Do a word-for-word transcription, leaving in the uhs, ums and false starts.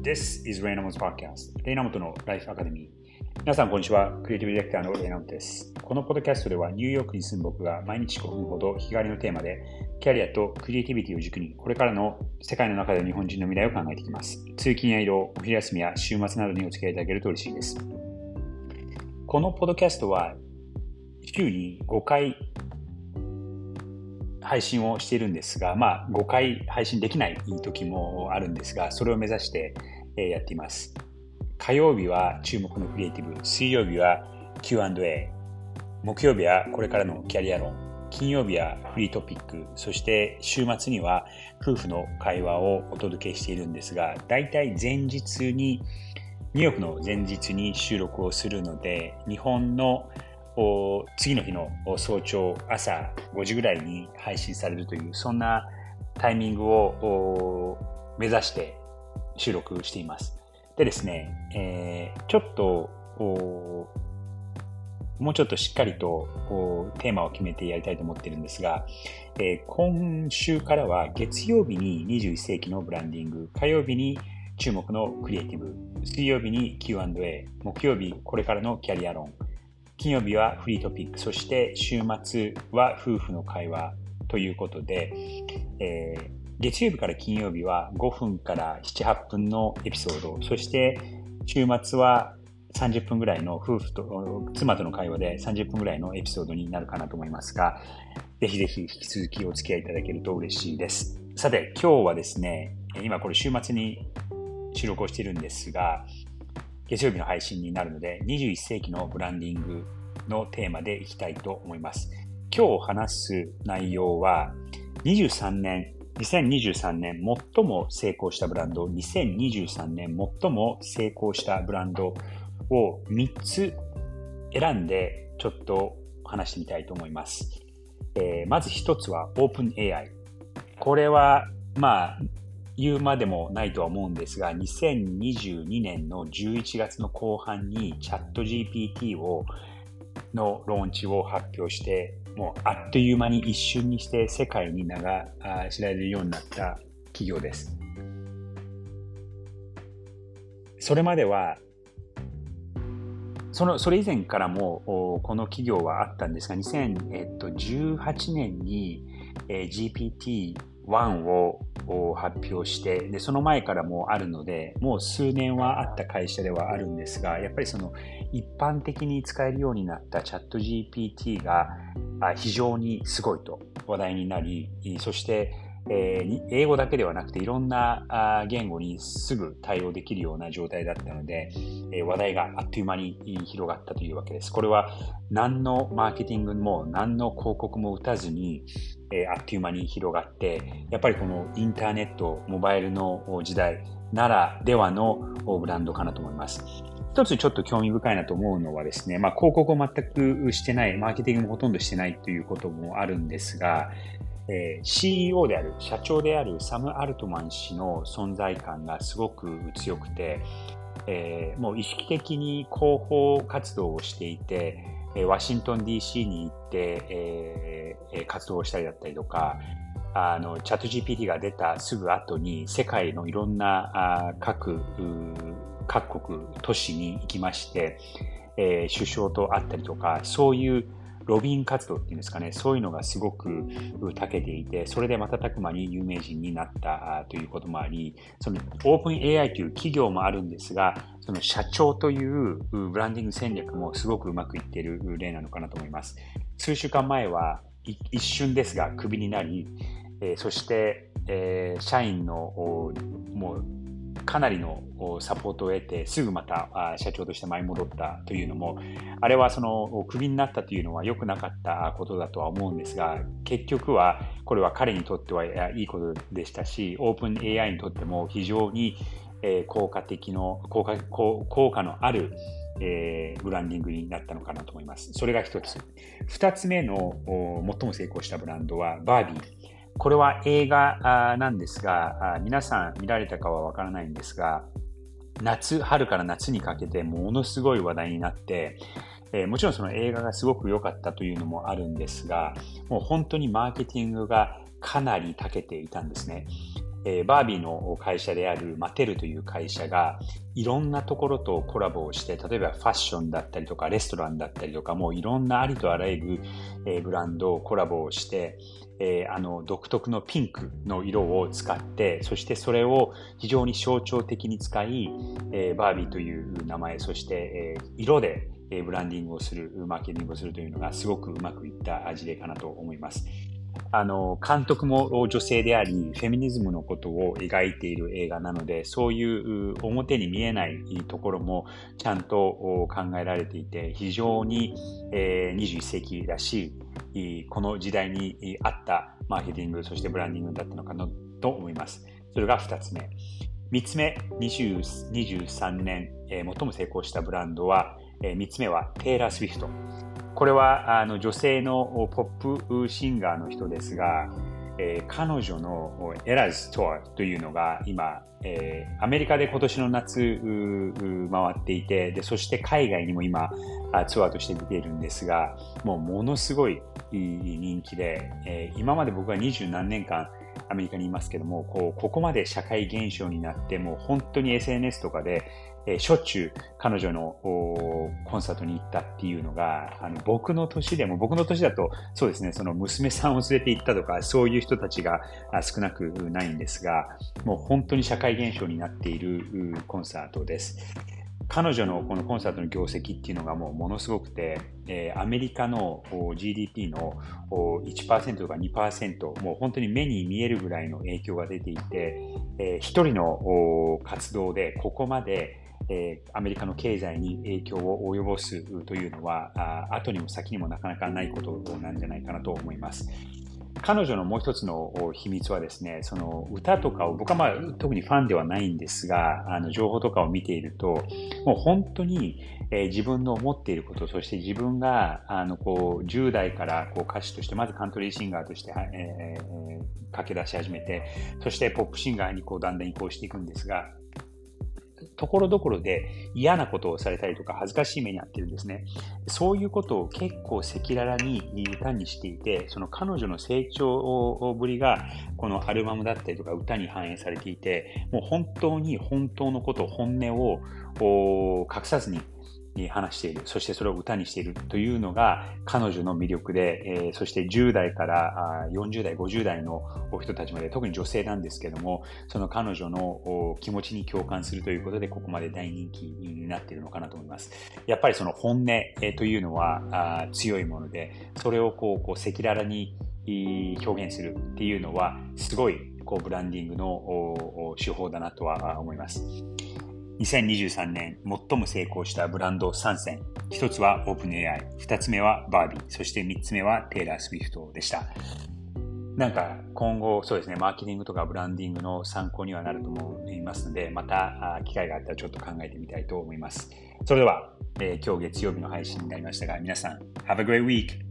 This is Raynamo's Podcast レイナモトのライフアカデミー。皆さんこんにちは。クリエイティブディレクターのレイナモトです。このポッドキャストではニューヨークに住む僕が毎日ごふんほど日替わりのテーマでキャリアとクリエイティビティを軸にこれからの世界の中で日本人の未来を考えていきます。通勤や移動、お昼休みや週末などにお付き合いいただけると嬉しいです。このポッドキャストは週にごかい配信をしているんですが、まあごかい配信できない時もあるんですが、それを目指してやっています。火曜日は注目のクリエイティブ、水曜日は キューアンドエー、木曜日はこれからのキャリア論、金曜日はフリートピック、そして週末には夫婦の会話をお届けしているんですが、だいたい前日に、ニューヨークの前日に収録をするので、日本の次の日の早朝朝ごじぐらいに配信されるというそんなタイミングを目指して収録しています。でですね、えー、ちょっともうちょっとしっかりとテーマを決めてやりたいと思っているんですが、えー、今週からは月曜日ににじゅういっ世紀のブランディング、火曜日に注目のクリエイティブ、水曜日に キューアンドエー、木曜日これからのキャリア論、金曜日はフリートピック、そして週末は夫婦の会話ということで、えー、月曜日から金曜日はごふんからなな、はっぷんのエピソード、そして週末はさんじゅっぷんぐらいの夫婦と妻との会話でさんじゅっぷんぐらいのエピソードになるかなと思いますが、ぜひぜひ引き続きお付き合いいただけると嬉しいです。さて、今日はですね、今これ週末に収録をしているんですが、月曜日の配信になるのでにじゅういっ世紀のブランディングのテーマでいきたいと思います。今日話す内容はにじゅうさんねん、にせんにじゅうさんねん最も成功したブランド、にせんにじゅうさんねん最も成功したブランドをみっつ選んでちょっと話してみたいと思います。えー、まず一つは OpenAI。これはまあ言うまでもないとは思うんですが、にせんにじゅうにねんのじゅういちがつの後半にチャット ジーピーティー をのローンチを発表して、もうあっという間に一瞬にして世界に名が知られるようになった企業です。それまではそのそれ以前からもこの企業はあったんですが、にせんじゅうはちねんに ジーピーティーワン を発表して、でその前からもあるので、もう数年はあった会社ではあるんですが、やっぱりその一般的に使えるようになったチャット ジーピーティー が非常にすごいと話題になり、そしてえー、英語だけではなくていろんな言語にすぐ対応できるような状態だったので、えー、話題があっという間に広がったというわけです。これは何のマーケティングも何の広告も打たずに、えー、あっという間に広がって、やっぱりこのインターネット、モバイルの時代ならではのブランドかなと思います。一つちょっと興味深いなと思うのはですね、まあ、広告を全くしてない、マーケティングもほとんどしてないということもあるんですが、えー、シーイーオー である、社長であるサム・アルトマン氏の存在感がすごく強くて、えー、もう意識的に広報活動をしていて、えー、ワシントン ディーシー に行って、えー、活動をしたりだったりとか、あのチャット ジーピーティー が出たすぐ後に世界のいろんなあ各各国都市に行きまして、えー、首相と会ったりとか、そういうロビー活動っていうんですかね、そういうのがすごく長けていて、それで瞬く間に有名人になったということもあり、そのオープン エーアイ という企業もあるんですが、その社長というブランディング戦略もすごくうまくいっている例なのかなと思います。数週間前は一瞬ですがクビになり、えー、そして、えー、社員のもうかなりのサポートを得てすぐまた社長として舞い戻ったというのも、あれはそのクビになったというのは良くなかったことだとは思うんですが、結局はこれは彼にとってはいいことでしたし、オープン エーアイ にとっても非常に効果的の効果、効果のあるえー、ブランディングになったのかなと思います。それが一つ。二つ目の最も成功したブランドはバービー。これは映画なんですが、皆さん見られたかはわからないんですが、夏、春から夏にかけてものすごい話題になって、えー、もちろんその映画がすごく良かったというのもあるんですが、もう本当にマーケティングがかなり長けていたんですね。 えー、バービーの会社であるマテルという会社がいろんなところとコラボをして、例えばファッションだったりとかレストランだったりとか、もういろんなありとあらゆる、えー、ブランドをコラボをして、えー、あの独特のピンクの色を使って、そしてそれを非常に象徴的に使い、えー、バービーという名前、そして、えー、色でブランディングをする、マーケティングをするというのがすごくうまくいった事例かなと思います。あの監督も女性であり、フェミニズムのことを描いている映画なので、そういう表に見えないところもちゃんと考えられていて、非常ににじゅういっ世紀らしい、この時代に合ったマーケティング、そしてブランディングだったのかなと思います。それがふたつめ。みっつめ、にじゅうさんねん、最も成功したブランドは、みっつめはテイラー・スウィフト。これはあの女性のポップシンガーの人ですが、えー、彼女のエラーズツアーというのが今、えー、アメリカで今年の夏回っていて、でそして海外にも今ツアーとして出ているんですが、もうものすごい人気で、えー、今まで僕は二十何年間アメリカにいますけども、こうここまで社会現象になって、もう本当に エスエヌエス とかでえー、しょっちゅう彼女のコンサートに行ったっていうのが、あの僕の年でも、僕の年だとそうですね、その娘さんを連れて行ったとか、そういう人たちが少なくないんですが、もう本当に社会現象になっているコンサートです。彼女のこのコンサートの業績っていうのがもうものすごくて、えー、アメリカの ジーディーピー の いちパーセントとか にパーセント、もう本当に目に見えるぐらいの影響が出ていて、えー、一人の活動でここまでえー、アメリカの経済に影響を及ぼすというのは、あ後にも先にもなかなかないことなんじゃないかなと思います。彼女のもう一つの秘密はですね、その歌とかを、僕はまあ特にファンではないんですが、あの情報とかを見ていると、もう本当に、えー、自分の思っていること、そして自分があのこうじゅう代からこう歌手として、まずカントリーシンガーとして、えー、駆け出し始めて、そしてポップシンガーにこうだんだん移行していくんですが、ところどころで嫌なことをされたりとか恥ずかしい目に遭ってるんですね。そういうことを結構赤裸々に歌にしていて、その彼女の成長ぶりがこのアルバムだったりとか歌に反映されていて、もう本当に本当のこと、本音を隠さずに話している、そしてそれを歌にしているというのが彼女の魅力で、えー、そしてじゅう代からよんじゅう代、ごじゅう代の人たちまで、特に女性なんですけども、その彼女の気持ちに共感するということで、ここまで大人気になっているのかなと思います。やっぱりその本音というのは強いもので、それをこう、こう赤裸々に表現するっていうのはすごいこうブランディングの手法だなとは思います。にせんにじゅうさんねん最も成功したブランドさんせん。ひとつは OpenAI、ふたつめはバービー、そしてみっつめはテイラー・スウィフトでした。なんか今後そうですね、マーケティングとかブランディングの参考にはなると思いますので、また機会があったらちょっと考えてみたいと思います。それでは、えー、今日月曜日の配信になりましたが、皆さん Have a great week!